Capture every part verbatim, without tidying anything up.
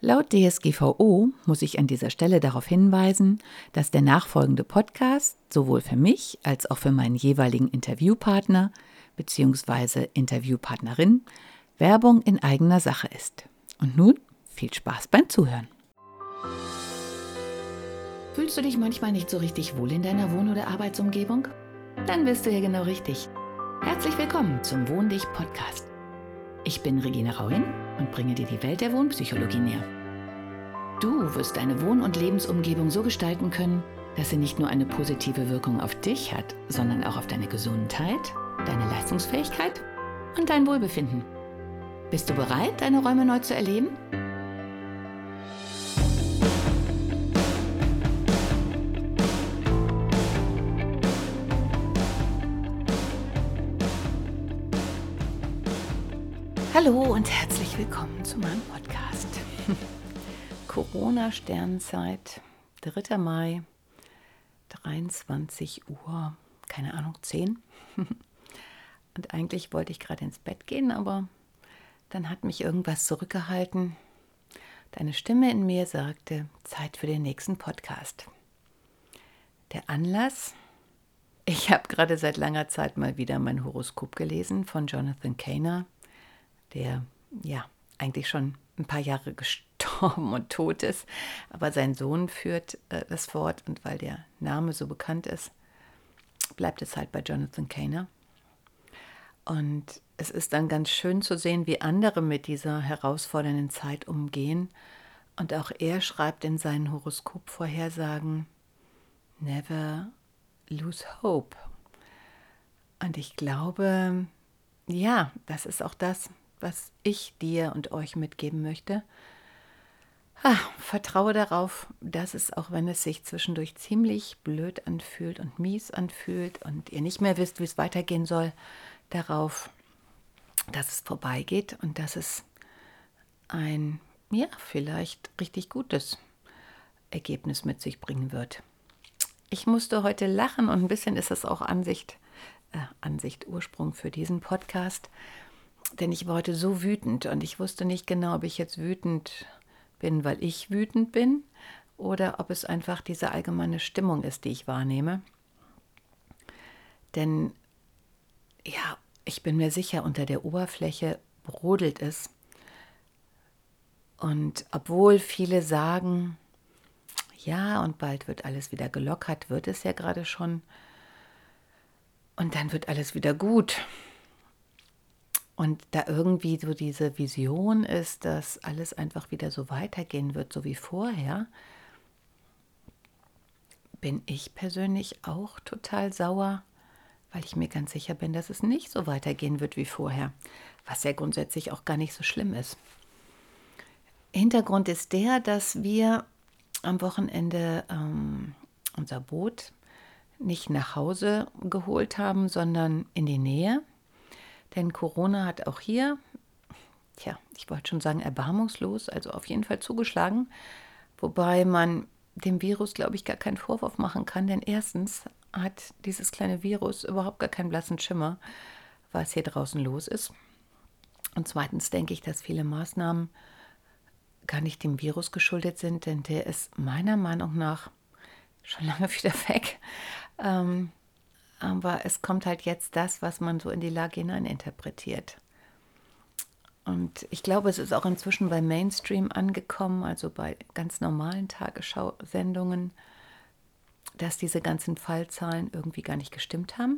Laut D S G V O muss ich an dieser Stelle darauf hinweisen, dass der nachfolgende Podcast sowohl für mich als auch für meinen jeweiligen Interviewpartner bzw. Interviewpartnerin Werbung in eigener Sache ist. Und nun viel Spaß beim Zuhören. Fühlst du dich manchmal nicht so richtig wohl in deiner Wohn- oder Arbeitsumgebung? Dann bist du hier genau richtig. Herzlich willkommen zum Wohndich-Podcast. Ich bin Regina Rauhin und bringe dir die Welt der Wohnpsychologie näher. Du wirst deine Wohn- und Lebensumgebung so gestalten können, dass sie nicht nur eine positive Wirkung auf dich hat, sondern auch auf deine Gesundheit, deine Leistungsfähigkeit und dein Wohlbefinden. Bist du bereit, deine Räume neu zu erleben? Hallo und herzlich willkommen zu meinem Podcast. Corona-Sternzeit, dritter Mai, dreiundzwanzig Uhr, keine Ahnung, zehn. Und eigentlich wollte ich gerade ins Bett gehen, aber dann hat mich irgendwas zurückgehalten. Eine Stimme in mir sagte, Zeit für den nächsten Podcast. Der Anlass? Ich habe gerade seit langer Zeit mal wieder mein Horoskop gelesen von Jonathan Caner, der ja eigentlich schon ein paar Jahre gestorben und tot ist, aber sein Sohn führt äh, das Wort und weil der Name so bekannt ist, bleibt es halt bei Jonathan Caner. Und es ist dann ganz schön zu sehen, wie andere mit dieser herausfordernden Zeit umgehen. Und auch er schreibt in seinen Horoskopvorhersagen, never lose hope. Und ich glaube, ja, das ist auch das, was ich dir und euch mitgeben möchte. Ah, vertraue darauf, dass es, auch wenn es sich zwischendurch ziemlich blöd anfühlt und mies anfühlt und ihr nicht mehr wisst, wie es weitergehen soll, darauf, dass es vorbeigeht und dass es ein, ja, vielleicht richtig gutes Ergebnis mit sich bringen wird. Ich musste heute lachen und ein bisschen ist es auch Ansicht, äh, Ansicht, Ursprung für diesen Podcast, denn ich war heute so wütend und ich wusste nicht genau, ob ich jetzt wütend bin, weil ich wütend bin oder ob es einfach diese allgemeine Stimmung ist, die ich wahrnehme. Denn ja, ich bin mir sicher, unter der Oberfläche brodelt es. Und obwohl viele sagen, ja, und bald wird alles wieder gelockert, wird es ja gerade schon. Und dann wird alles wieder gut. Und da irgendwie so diese Vision ist, dass alles einfach wieder so weitergehen wird, so wie vorher, bin ich persönlich auch total sauer, weil ich mir ganz sicher bin, dass es nicht so weitergehen wird wie vorher, was ja grundsätzlich auch gar nicht so schlimm ist. Hintergrund ist der, dass wir am Wochenende ähm, unser Boot nicht nach Hause geholt haben, sondern in die Nähe. Denn Corona hat auch hier, tja, ich wollte schon sagen erbarmungslos, also auf jeden Fall zugeschlagen. Wobei man dem Virus, glaube ich, gar keinen Vorwurf machen kann. Denn erstens hat dieses kleine Virus überhaupt gar keinen blassen Schimmer, was hier draußen los ist. Und zweitens denke ich, dass viele Maßnahmen gar nicht dem Virus geschuldet sind, denn der ist meiner Meinung nach schon lange wieder weg. Ähm, aber es kommt halt jetzt das, was man so in die Lage hinein interpretiert. Und ich glaube, es ist auch inzwischen bei Mainstream angekommen, also bei ganz normalen Tagesschau-Sendungen, dass diese ganzen Fallzahlen irgendwie gar nicht gestimmt haben.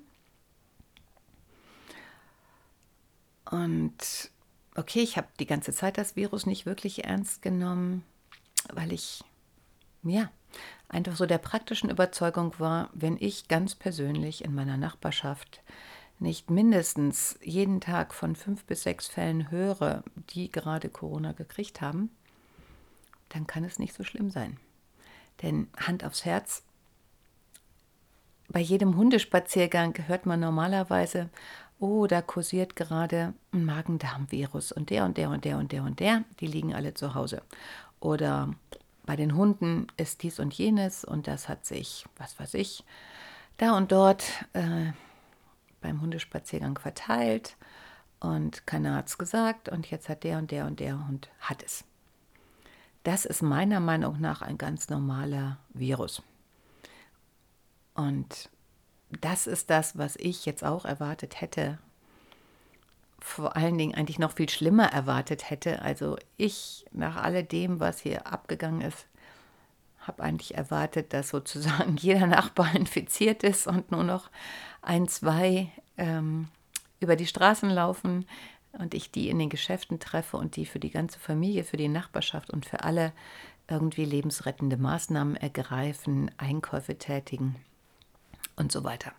Und okay, ich habe die ganze Zeit das Virus nicht wirklich ernst genommen, weil ich, ja, einfach so der praktischen Überzeugung war, wenn ich ganz persönlich in meiner Nachbarschaft nicht mindestens jeden Tag von fünf bis sechs Fällen höre, die gerade Corona gekriegt haben, dann kann es nicht so schlimm sein. Denn Hand aufs Herz, bei jedem Hundespaziergang hört man normalerweise, oh, da kursiert gerade ein Magen-Darm-Virus und der und der und der und der und der, die liegen alle zu Hause. Oder bei den Hunden ist dies und jenes und das hat sich, was weiß ich, da und dort äh, beim Hundespaziergang verteilt und keiner hat es gesagt und jetzt hat der und der und der Hund hat es. das ist meiner Meinung nach ein ganz normaler Virus. Und das ist das, was ich jetzt auch erwartet hätte, vor allen Dingen eigentlich noch viel schlimmer erwartet hätte. Also ich, nach alledem, was hier abgegangen ist, habe eigentlich erwartet, dass sozusagen jeder Nachbar infiziert ist und nur noch ein, zwei ähm, über die Straßen laufen und ich die in den Geschäften treffe und die für die ganze Familie, für die Nachbarschaft und für alle irgendwie lebensrettende Maßnahmen ergreifen, Einkäufe tätigen und so weiter.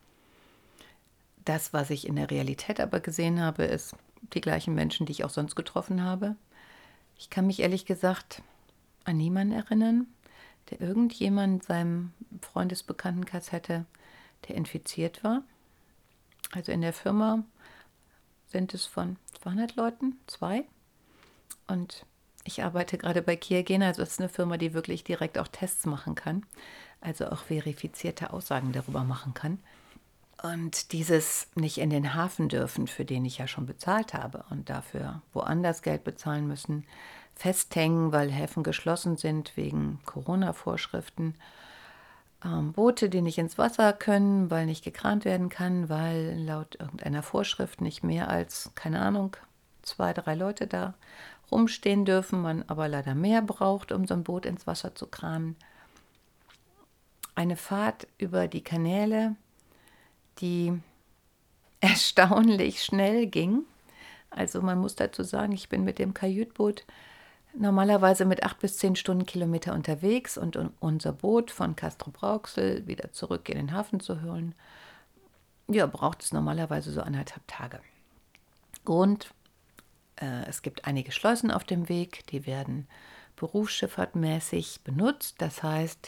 Das, was ich in der Realität aber gesehen habe, ist die gleichen Menschen, die ich auch sonst getroffen habe. Ich kann mich ehrlich gesagt an niemanden erinnern, der irgendjemand in seinem Freundesbekanntenkreis hätte, der infiziert war. Also in der Firma sind es von zweihundert Leuten, zwei. Und ich arbeite gerade bei Kiagena, also das ist eine Firma, die wirklich direkt auch Tests machen kann, also auch verifizierte Aussagen darüber machen kann. Und dieses nicht in den Hafen dürfen, für den ich ja schon bezahlt habe und dafür woanders Geld bezahlen müssen, festhängen, weil Häfen geschlossen sind wegen Corona-Vorschriften. Ähm, Boote, die nicht ins Wasser können, weil nicht gekrant werden kann, weil laut irgendeiner Vorschrift nicht mehr als, keine Ahnung, zwei, drei Leute da rumstehen dürfen, man aber leider mehr braucht, um so ein Boot ins Wasser zu kranen. Eine Fahrt über die Kanäle, die erstaunlich schnell ging. Also man muss dazu sagen, ich bin mit dem Kajütboot normalerweise mit acht bis zehn Stundenkilometer unterwegs und um unser Boot von Castrop-Rauxel wieder zurück in den Hafen zu holen, ja, braucht es normalerweise so anderthalb Tage. Und äh, es gibt einige Schleusen auf dem Weg, die werden berufsschifffahrtmäßig benutzt. Das heißt,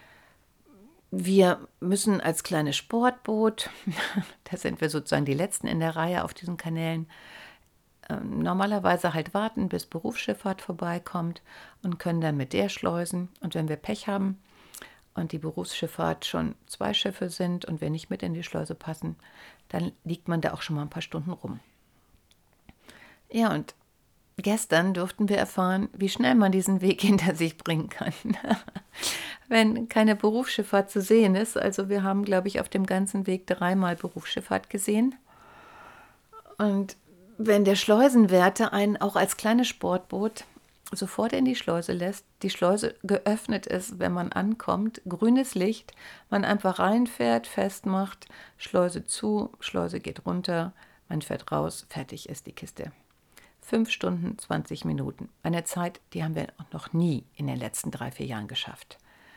wir müssen als kleines Sportboot, da sind wir sozusagen die Letzten in der Reihe auf diesen Kanälen, normalerweise halt warten, bis Berufsschifffahrt vorbeikommt und können dann mit der schleusen. Und wenn wir Pech haben und die Berufsschifffahrt schon zwei Schiffe sind und wir nicht mit in die Schleuse passen, dann liegt man da auch schon mal ein paar Stunden rum. Ja, und gestern durften wir erfahren, wie schnell man diesen Weg hinter sich bringen kann, wenn keine Berufsschifffahrt zu sehen ist. Also wir haben, glaube ich, auf dem ganzen Weg dreimal Berufsschifffahrt gesehen. Und wenn der Schleusenwärter einen auch als kleines Sportboot sofort in die Schleuse lässt, die Schleuse geöffnet ist, wenn man ankommt, grünes Licht, man einfach reinfährt, festmacht, Schleuse zu, Schleuse geht runter, man fährt raus, fertig ist die Kiste. Fünf Stunden, zwanzig Minuten. Eine Zeit, die haben wir noch nie in den letzten drei, vier Jahren geschafft.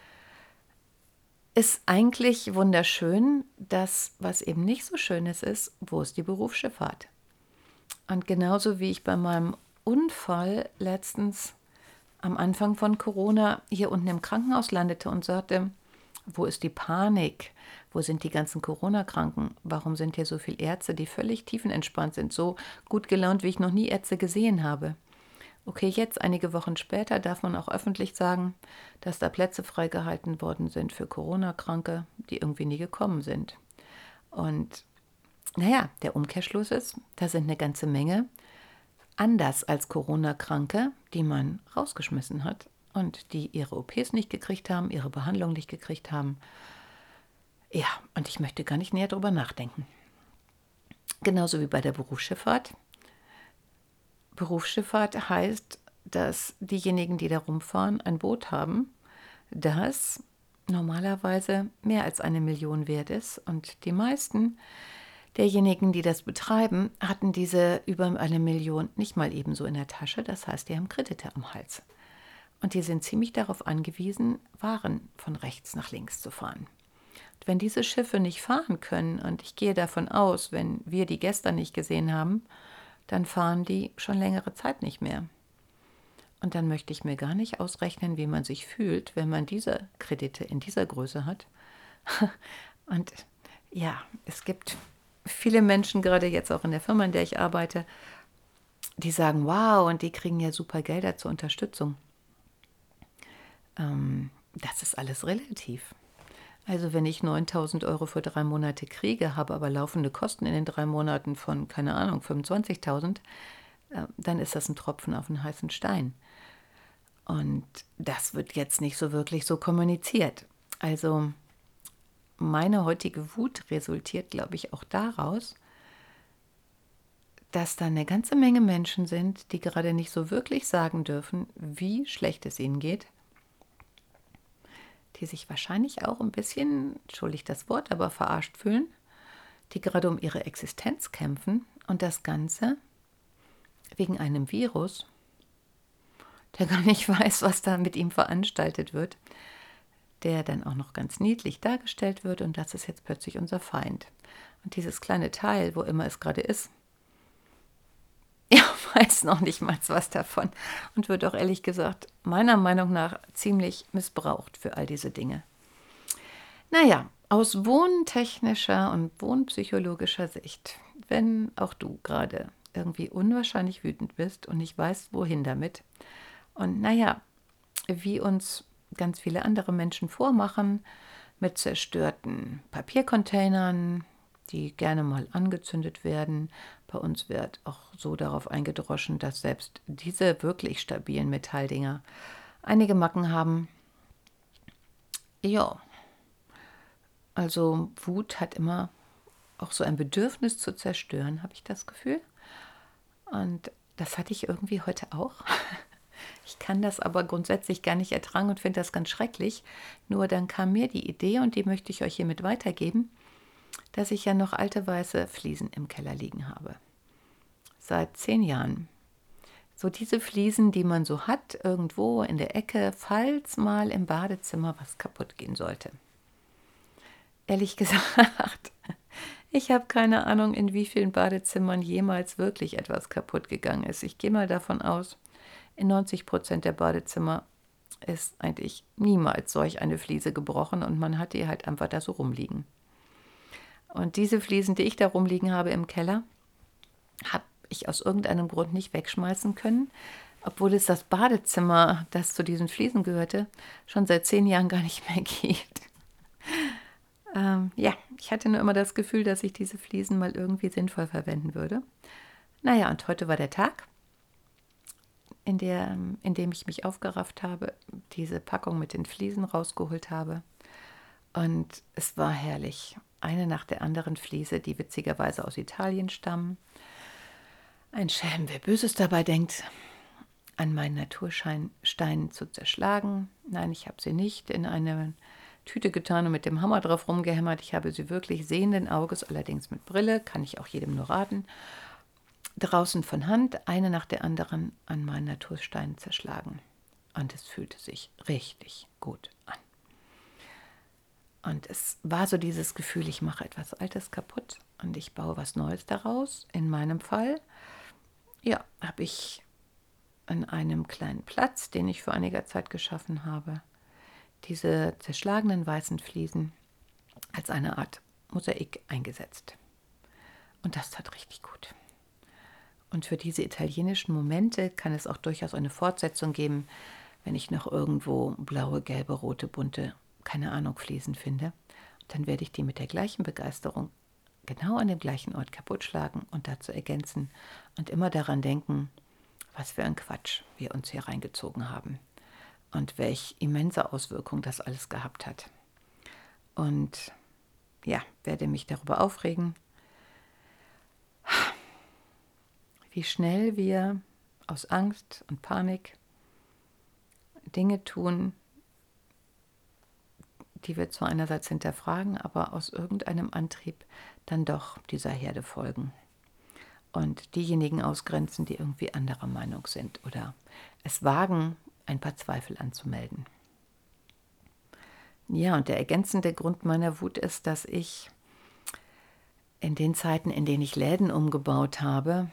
Ist eigentlich wunderschön. Das, was eben nicht so schön ist, ist, wo ist die Berufsschifffahrt? Und genauso wie ich bei meinem Unfall letztens am Anfang von Corona hier unten im Krankenhaus landete und sagte, wo ist die Panik? Wo sind die ganzen Corona-Kranken? Warum sind hier so viele Ärzte, die völlig tiefenentspannt sind, so gut gelaunt, wie ich noch nie Ärzte gesehen habe? Okay, jetzt, einige Wochen später, darf man auch öffentlich sagen, dass da Plätze freigehalten worden sind für Corona-Kranke, die irgendwie nie gekommen sind. Und naja, der Umkehrschluss ist, da sind eine ganze Menge anders als Corona-Kranke, die man rausgeschmissen hat und die ihre O Ps nicht gekriegt haben, ihre Behandlung nicht gekriegt haben. Ja, und ich möchte gar nicht näher drüber nachdenken. Genauso wie bei der Berufsschifffahrt. Berufsschifffahrt heißt, dass diejenigen, die da rumfahren, ein Boot haben, das normalerweise mehr als eine Million wert ist. Und die meisten derjenigen, die das betreiben, hatten diese über eine Million nicht mal ebenso in der Tasche. Das heißt, die haben Kredite am Hals. Und die sind ziemlich darauf angewiesen, Waren von rechts nach links zu fahren. Und wenn diese Schiffe nicht fahren können, und ich gehe davon aus, wenn wir die gestern nicht gesehen haben, dann fahren die schon längere Zeit nicht mehr. Und dann möchte ich mir gar nicht ausrechnen, wie man sich fühlt, wenn man diese Kredite in dieser Größe hat. Und ja, es gibt viele Menschen, gerade jetzt auch in der Firma, in der ich arbeite, die sagen, wow, und die kriegen ja super Gelder zur Unterstützung. Ähm, das ist alles relativ. Also wenn ich neuntausend Euro für drei Monate kriege, habe aber laufende Kosten in den drei Monaten von, keine Ahnung, fünfundzwanzigtausend, äh, dann ist das ein Tropfen auf einen heißen Stein. Und das wird jetzt nicht so wirklich so kommuniziert. Also meine heutige Wut resultiert, glaube ich, auch daraus, dass da eine ganze Menge Menschen sind, die gerade nicht so wirklich sagen dürfen, wie schlecht es ihnen geht, die sich wahrscheinlich auch ein bisschen, entschuldigt das Wort, aber verarscht fühlen, die gerade um ihre Existenz kämpfen und das Ganze wegen einem Virus, der gar nicht weiß, was da mit ihm veranstaltet wird, der dann auch noch ganz niedlich dargestellt wird und das ist jetzt plötzlich unser Feind. Und dieses kleine Teil, wo immer es gerade ist, ja, weiß noch nicht mal was davon und wird auch ehrlich gesagt meiner Meinung nach ziemlich missbraucht für all diese Dinge. Naja, aus wohntechnischer und wohnpsychologischer Sicht, wenn auch du gerade irgendwie unwahrscheinlich wütend bist und nicht weißt, wohin damit, und naja, wie uns ganz viele andere Menschen vormachen, mit zerstörten Papiercontainern, die gerne mal angezündet werden. Bei uns wird auch so darauf eingedroschen, dass selbst diese wirklich stabilen Metalldinger einige Macken haben. Ja, also Wut hat immer auch so ein Bedürfnis zu zerstören, habe ich das Gefühl. Und das hatte ich irgendwie heute auch. Ich kann das aber grundsätzlich gar nicht ertragen und finde das ganz schrecklich. Nur dann kam mir die Idee, und die möchte ich euch hiermit weitergeben, dass ich ja noch alte weiße Fliesen im Keller liegen habe. Seit zehn Jahren. So diese Fliesen, die man so hat, irgendwo in der Ecke, falls mal im Badezimmer was kaputt gehen sollte. Ehrlich gesagt, ich habe keine Ahnung, in wie vielen Badezimmern jemals wirklich etwas kaputt gegangen ist. Ich gehe mal davon aus, in neunzig Prozent der Badezimmer ist eigentlich niemals solch eine Fliese gebrochen und man hat die halt einfach da so rumliegen. Und diese Fliesen, die ich da rumliegen habe im Keller, habe ich aus irgendeinem Grund nicht wegschmeißen können, obwohl es das Badezimmer, das zu diesen Fliesen gehörte, schon seit zehn Jahren gar nicht mehr gibt. ähm, ja, ich hatte nur immer das Gefühl, dass ich diese Fliesen mal irgendwie sinnvoll verwenden würde. Naja, und heute war der Tag, in, der, in dem ich mich aufgerafft habe, diese Packung mit den Fliesen rausgeholt habe. Und es war herrlich. Eine nach der anderen Fliese, die witzigerweise aus Italien stammen. Ein Schelm, wer Böses dabei denkt, an meinen Naturstein zu zerschlagen. Nein, ich habe sie nicht in eine Tüte getan und mit dem Hammer drauf rumgehämmert. Ich habe sie wirklich sehenden Auges, allerdings mit Brille, kann ich auch jedem nur raten, draußen von Hand, eine nach der anderen an meinen Natursteinen zerschlagen. Und es fühlte sich richtig gut an. Und es war so dieses Gefühl, ich mache etwas Altes kaputt und ich baue was Neues daraus. In meinem Fall, ja, habe ich an einem kleinen Platz, den ich vor einiger Zeit geschaffen habe, diese zerschlagenen weißen Fliesen als eine Art Mosaik eingesetzt. Und das tat richtig gut. Und für diese italienischen Momente kann es auch durchaus eine Fortsetzung geben, wenn ich noch irgendwo blaue, gelbe, rote, bunte, keine Ahnung, Fliesen finde. Dann werde ich die mit der gleichen Begeisterung genau an dem gleichen Ort kaputt schlagen und dazu ergänzen und immer daran denken, was für ein Quatsch wir uns hier reingezogen haben und welche immense Auswirkung das alles gehabt hat. Und ja, werde mich darüber aufregen, wie schnell wir aus Angst und Panik Dinge tun, die wir zwar einerseits hinterfragen, aber aus irgendeinem Antrieb dann doch dieser Herde folgen und diejenigen ausgrenzen, die irgendwie anderer Meinung sind oder es wagen, ein paar Zweifel anzumelden. Ja, und der ergänzende Grund meiner Wut ist, dass ich in den Zeiten, in denen ich Läden umgebaut habe,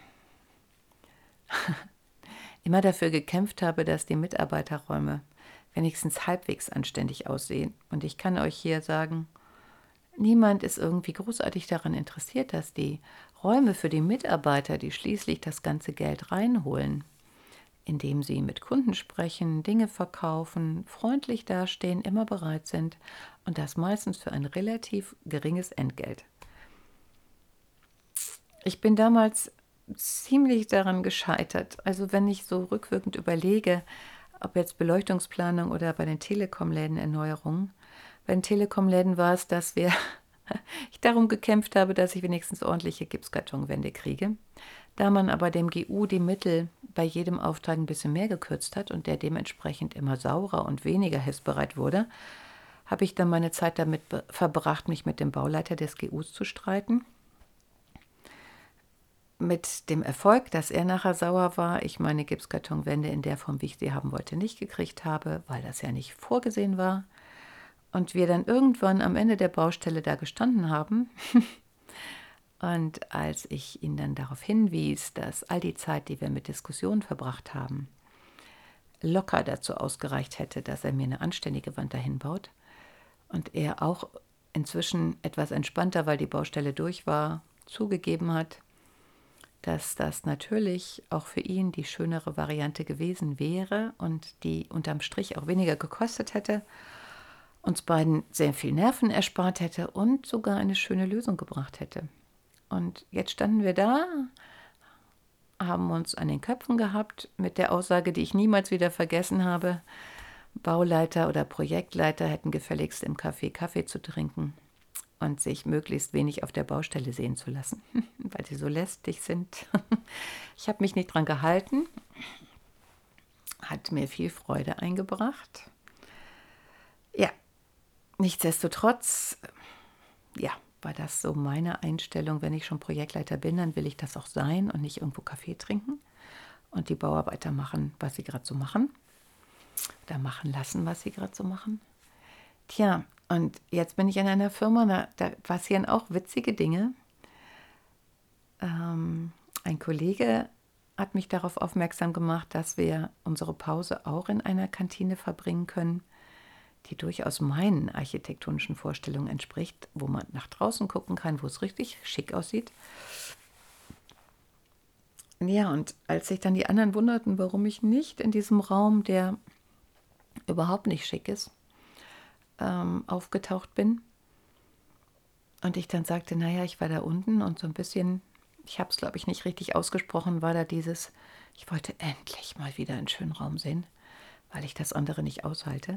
immer dafür gekämpft habe, dass die Mitarbeiterräume wenigstens halbwegs anständig aussehen. Und ich kann euch hier sagen, niemand ist irgendwie großartig daran interessiert, dass die Räume für die Mitarbeiter, die schließlich das ganze Geld reinholen, indem sie mit Kunden sprechen, Dinge verkaufen, freundlich dastehen, immer bereit sind und das meistens für ein relativ geringes Entgelt. Ich bin damals ziemlich daran gescheitert. Also wenn ich so rückwirkend überlege, ob jetzt Beleuchtungsplanung oder bei den Telekom-Läden Erneuerungen. Bei den Telekom-Läden war es, dass wir ich darum gekämpft habe, dass ich wenigstens ordentliche Gipskartonwände kriege. Da man aber dem G U die Mittel bei jedem Auftrag ein bisschen mehr gekürzt hat und der dementsprechend immer saurer und weniger hilfsbereit wurde, habe ich dann meine Zeit damit verbracht, mich mit dem Bauleiter des G Us zu streiten. Mit dem Erfolg, dass er nachher sauer war, ich meine Gipskartonwände in der Form, wie ich sie haben wollte, nicht gekriegt habe, weil das ja nicht vorgesehen war. Und wir dann irgendwann am Ende der Baustelle da gestanden haben. Und als ich ihn dann darauf hinwies, dass all die Zeit, die wir mit Diskussionen verbracht haben, locker dazu ausgereicht hätte, dass er mir eine anständige Wand dahin baut, und er auch inzwischen etwas entspannter, weil die Baustelle durch war, zugegeben hat, dass das natürlich auch für ihn die schönere Variante gewesen wäre und die unterm Strich auch weniger gekostet hätte, uns beiden sehr viel Nerven erspart hätte und sogar eine schöne Lösung gebracht hätte. Und jetzt standen wir da, haben uns an den Köpfen gehabt mit der Aussage, die ich niemals wieder vergessen habe: Bauleiter oder Projektleiter hätten gefälligst im Café Kaffee zu trinken und sich möglichst wenig auf der Baustelle sehen zu lassen, weil sie so lästig sind. Ich habe mich nicht dran gehalten, hat mir viel Freude eingebracht. Ja, nichtsdestotrotz, ja, war das so meine Einstellung: Wenn ich schon Projektleiter bin, dann will ich das auch sein und nicht irgendwo Kaffee trinken und die Bauarbeiter machen, was sie gerade so machen. Oder machen lassen, was sie gerade so machen. Tja, und jetzt bin ich in einer Firma, da, da passieren auch witzige Dinge. Ähm, ein Kollege hat mich darauf aufmerksam gemacht, dass wir unsere Pause auch in einer Kantine verbringen können, die durchaus meinen architektonischen Vorstellungen entspricht, wo man nach draußen gucken kann, wo es richtig schick aussieht. Ja, und als sich dann die anderen wunderten, warum ich nicht in diesem Raum, der überhaupt nicht schick ist, ähm, aufgetaucht bin, und ich dann sagte, naja, ich war da unten und so ein bisschen, ich habe es, glaube ich, nicht richtig ausgesprochen, war da dieses, ich wollte endlich mal wieder einen schönen Raum sehen, weil ich das andere nicht aushalte.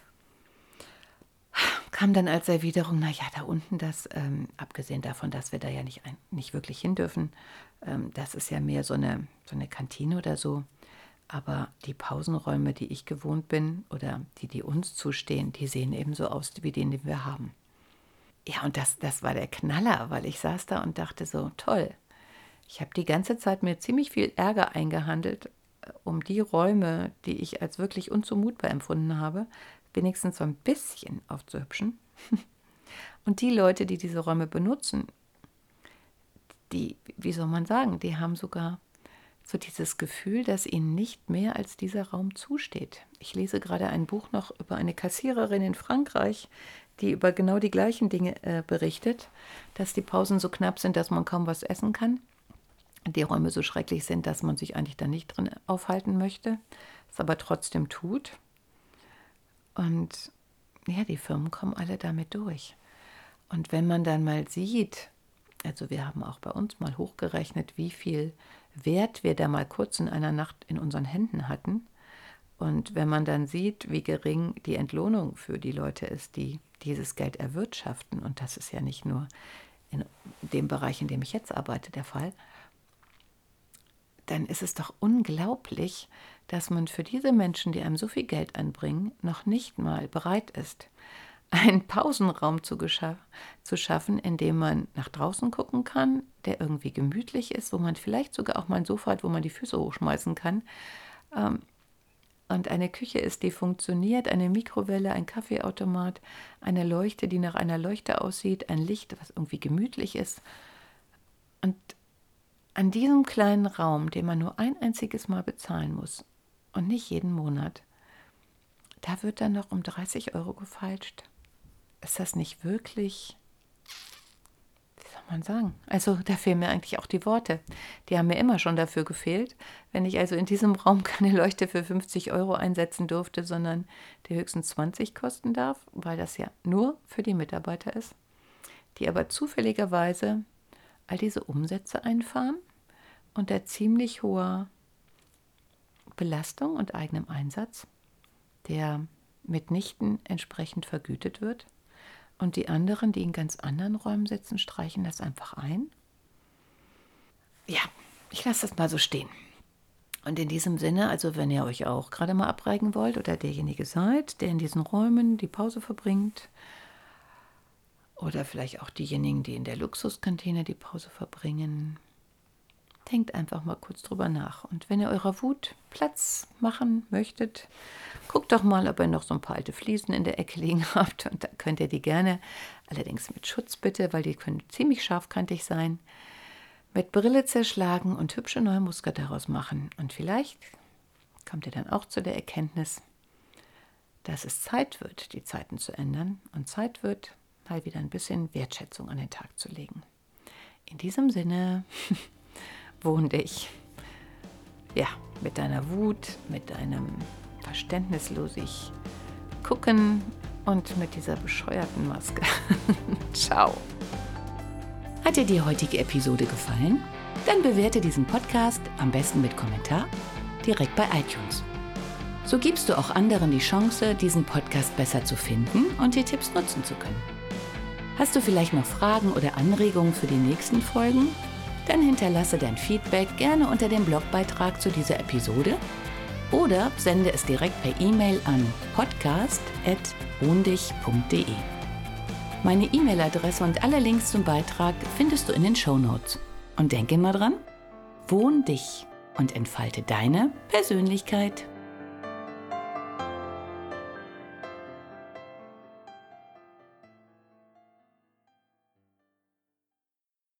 Kam dann als Erwiderung, naja, da unten, das, ähm, abgesehen davon, dass wir da ja nicht, ein, nicht wirklich hin dürfen, ähm, das ist ja mehr so eine, so eine Kantine oder so. Aber die Pausenräume, die ich gewohnt bin oder die, die uns zustehen, die sehen eben so aus wie den, den wir haben. Ja, und das, das war der Knaller, weil ich saß da und dachte so, toll. Ich habe die ganze Zeit mir ziemlich viel Ärger eingehandelt, um die Räume, die ich als wirklich unzumutbar empfunden habe, wenigstens so ein bisschen aufzuhübschen. Und die Leute, die diese Räume benutzen, die, wie soll man sagen, die haben sogar so dieses Gefühl, dass ihnen nicht mehr als dieser Raum zusteht. Ich lese gerade ein Buch noch über eine Kassiererin in Frankreich, die über genau die gleichen Dinge äh, berichtet, dass die Pausen so knapp sind, dass man kaum was essen kann, die Räume so schrecklich sind, dass man sich eigentlich da nicht drin aufhalten möchte, es aber trotzdem tut. Und ja, die Firmen kommen alle damit durch. Und wenn man dann mal sieht, also wir haben auch bei uns mal hochgerechnet, wie viel Wert wir da mal kurz in einer Nacht in unseren Händen hatten. Und wenn man dann sieht, wie gering die Entlohnung für die Leute ist, die dieses Geld erwirtschaften, und das ist ja nicht nur in dem Bereich, in dem ich jetzt arbeite, der Fall, dann ist es doch unglaublich, dass man für diese Menschen, die einem so viel Geld anbringen, noch nicht mal bereit ist, einen Pausenraum zu, gescha- zu schaffen, in dem man nach draußen gucken kann, der irgendwie gemütlich ist, wo man vielleicht sogar auch mal ein Sofa hat, wo man die Füße hochschmeißen kann. Ähm, und eine Küche ist, die funktioniert, eine Mikrowelle, ein Kaffeeautomat, eine Leuchte, die nach einer Leuchte aussieht, ein Licht, was irgendwie gemütlich ist. Und an diesem kleinen Raum, den man nur ein einziges Mal bezahlen muss und nicht jeden Monat, da wird dann noch um dreißig Euro gefeilscht. Ist das nicht wirklich, wie soll man sagen? Also da fehlen mir eigentlich auch die Worte. Die haben mir immer schon dafür gefehlt. Wenn ich also in diesem Raum keine Leuchte für fünfzig Euro einsetzen durfte, sondern die höchstens zwanzig kosten darf, weil das ja nur für die Mitarbeiter ist, die aber zufälligerweise all diese Umsätze einfahren unter ziemlich hoher Belastung und eigenem Einsatz, der mitnichten entsprechend vergütet wird. Und die anderen, die in ganz anderen Räumen sitzen, streichen das einfach ein. Ja, ich lasse das mal so stehen. Und in diesem Sinne, also wenn ihr euch auch gerade mal abreigen wollt oder derjenige seid, der in diesen Räumen die Pause verbringt, oder vielleicht auch diejenigen, die in der Luxuskantine die Pause verbringen, denkt einfach mal kurz drüber nach. Und wenn ihr eurer Wut Platz machen möchtet, guckt doch mal, ob ihr noch so ein paar alte Fliesen in der Ecke liegen habt. Und dann könnt ihr die gerne, allerdings mit Schutz bitte, weil die können ziemlich scharfkantig sein, mit Brille zerschlagen und hübsche neue Muster daraus machen. Und vielleicht kommt ihr dann auch zu der Erkenntnis, dass es Zeit wird, die Zeiten zu ändern. Und Zeit wird, mal wieder ein bisschen Wertschätzung an den Tag zu legen. In diesem Sinne... Wohn dich, ja, mit deiner Wut, mit deinem verständnislosig gucken und mit dieser bescheuerten Maske. Ciao. Hat dir die heutige Episode gefallen? Dann bewerte diesen Podcast am besten mit Kommentar direkt bei iTunes. So gibst du auch anderen die Chance, diesen Podcast besser zu finden und die Tipps nutzen zu können. Hast du vielleicht noch Fragen oder Anregungen für die nächsten Folgen? Dann hinterlasse dein Feedback gerne unter dem Blogbeitrag zu dieser Episode oder sende es direkt per E-Mail an podcast at wohndich punkt de. Meine E-Mail-Adresse und alle Links zum Beitrag findest du in den Shownotes. Und denke immer dran, wohn dich und entfalte deine Persönlichkeit.